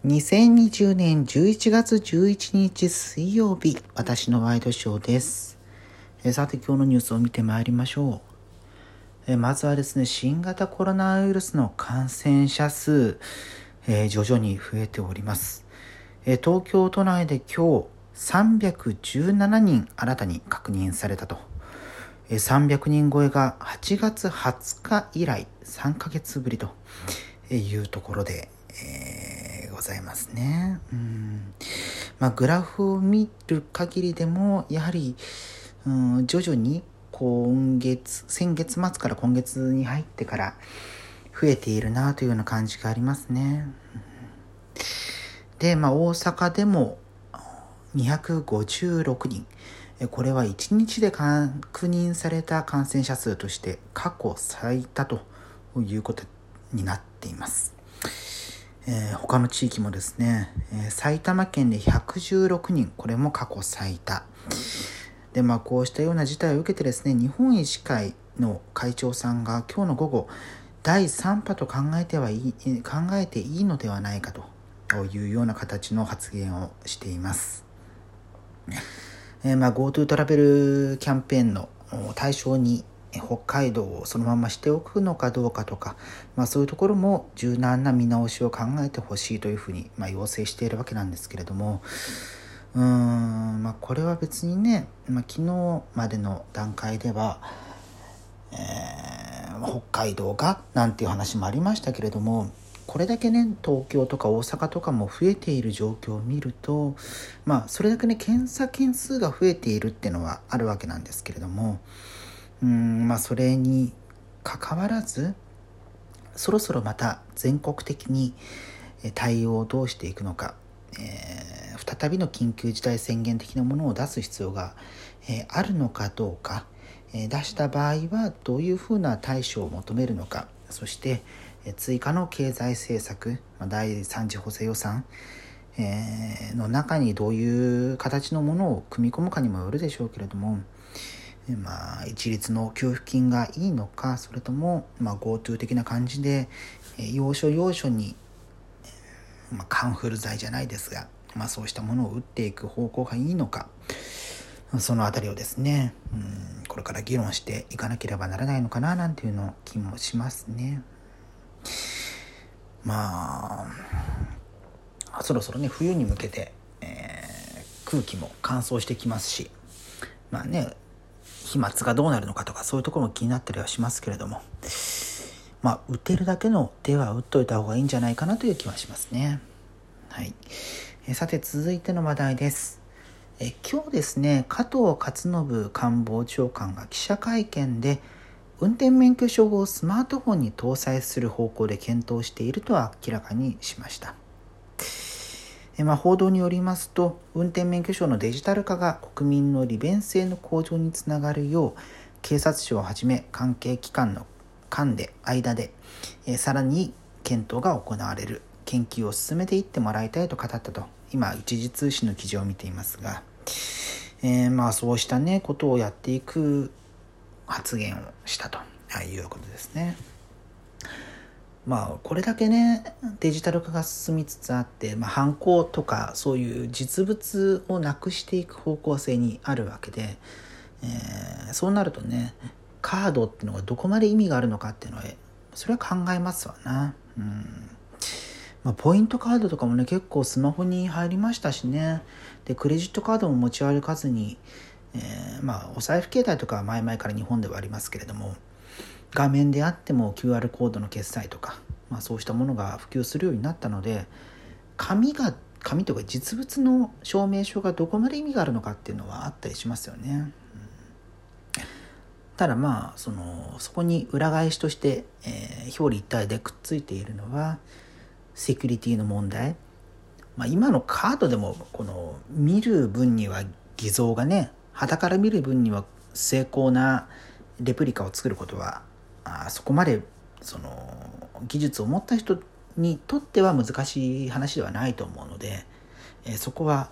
2020年11月11日水曜日、私のワイドショーです。さて今日のニュースを見てまいりましょう。まずはですね、新型コロナウイルスの感染者数、徐々に増えております。東京都内で今日317人新たに確認されたと。300人超えが8月20日以来3ヶ月ぶりというところで、ございますね。グラフを見る限りでもやはり徐々に先月末から今月に入ってから増えているなというような感じがありますね。で、大阪でも256人、これは1日で確認された感染者数として過去最多ということになっています。他の地域もですね、埼玉県で116人、これも過去最多で、こうしたような事態を受けてですね、日本医師会の会長さんが今日の午後第3波と考えていいのではないかというような形の発言をしています。GoTo トラベルキャンペーンの対象に北海道をそのまましておくのかどうかとか、そういうところも柔軟な見直しを考えてほしいというふうに、要請しているわけなんですけれども、これは別にね、昨日までの段階では、北海道がなんていう話もありましたけれども、これだけね東京とか大阪とかも増えている状況を見ると、それだけね検査件数が増えているっていうのはあるわけなんですけれども、それに関わらずそろそろまた全国的に対応をどうしていくのか、再びの緊急事態宣言的なものを出す必要があるのかどうか、出した場合はどういうふうな対処を求めるのか、そして追加の経済政策、第3次補正予算の中にどういう形のものを組み込むかにもよるでしょうけれども、一律の給付金がいいのか、それとも、GoTo 的な感じで要所要所に、カンフル剤じゃないですが、そうしたものを打っていく方向がいいのか、そのあたりをですね、これから議論していかなければならないのかななんていうの気もしますね。そろそろね冬に向けて、空気も乾燥してきますし、飛沫がどうなるのかとかそういうところも気になったりはしますけれども、打てるだけの手は打っといた方がいいんじゃないかなという気はしますね。はい。さて続いての話題です。今日ですね、加藤勝信官房長官が記者会見で運転免許証をスマートフォンに搭載する方向で検討していると明らかにしました。報道によりますと、運転免許証のデジタル化が国民の利便性の向上につながるよう、警察庁をはじめ関係機関の間で、さらに検討が行われる、研究を進めていってもらいたいと語ったと、今一時通信の記事を見ていますが、そうしたねことをやっていく発言をしたということですね。これだけねデジタル化が進みつつあって、ハンコとかそういう実物をなくしていく方向性にあるわけで、そうなるとねカードっていうのがどこまで意味があるのかっていうのはそれは考えますわな。ポイントカードとかもね結構スマホに入りましたしね。でクレジットカードも持ち歩かずに、お財布携帯とかは前々から日本ではありますけれども、画面であっても QR コードの決済とか、そうしたものが普及するようになったので、紙とか実物の証明書がどこまで意味があるのかっていうのはあったりしますよね。ただそこに裏返しとして、表裏一体でくっついているのはセキュリティの問題。今のカードでもこの見る分には偽造がね、傍から見る分には精巧なレプリカを作ることはそこまで技術を持った人にとっては難しい話ではないと思うので、そこは、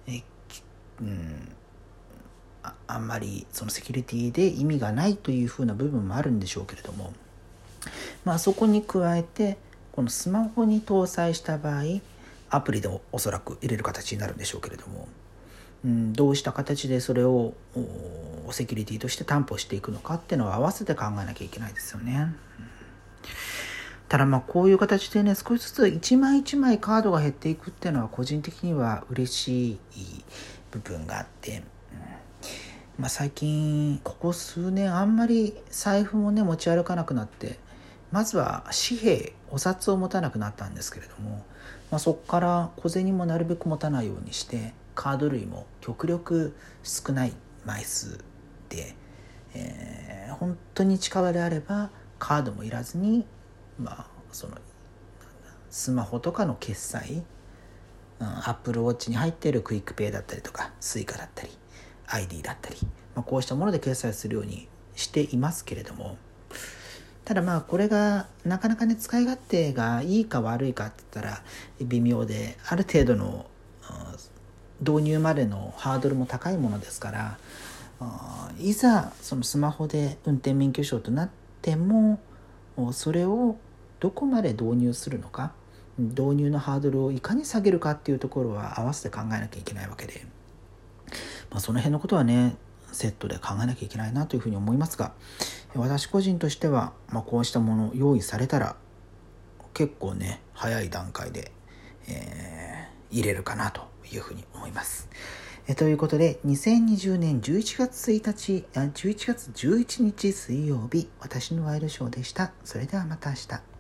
あんまりそのセキュリティで意味がないというふうな部分もあるんでしょうけれども、そこに加えてこのスマホに搭載した場合アプリでおそらく入れる形になるんでしょうけれども、どうした形でそれをセキュリティとして担保していくのかっていうのを合わせて考えなきゃいけないですよね。ただこういう形でね、少しずつ一枚一枚カードが減っていくっていうのは個人的には嬉しい部分があって、最近ここ数年あんまり財布もね持ち歩かなくなって、まずは紙幣お札を持たなくなったんですけれども、そこから小銭もなるべく持たないようにして、カード類も極力少ない枚数で、本当に近場であればカードもいらずに、そのスマホとかの決済、Apple Watch に入っているクイックペイだったりとかスイカだったり ID だったり、こうしたもので決済するようにしていますけれども、ただこれがなかなかね使い勝手がいいか悪いかって言ったら微妙で、ある程度の導入までのハードルも高いものですから、いざそのスマホで運転免許証となってもそれをどこまで導入するのか、導入のハードルをいかに下げるかっていうところは合わせて考えなきゃいけないわけで、その辺のことはねセットで考えなきゃいけないなというふうに思いますが、私個人としては、こうしたもの用意されたら結構ね早い段階で、入れるかなというふうに思います。ということで2020年11月11日水曜日、私のワイドショーでした。それではまた明日。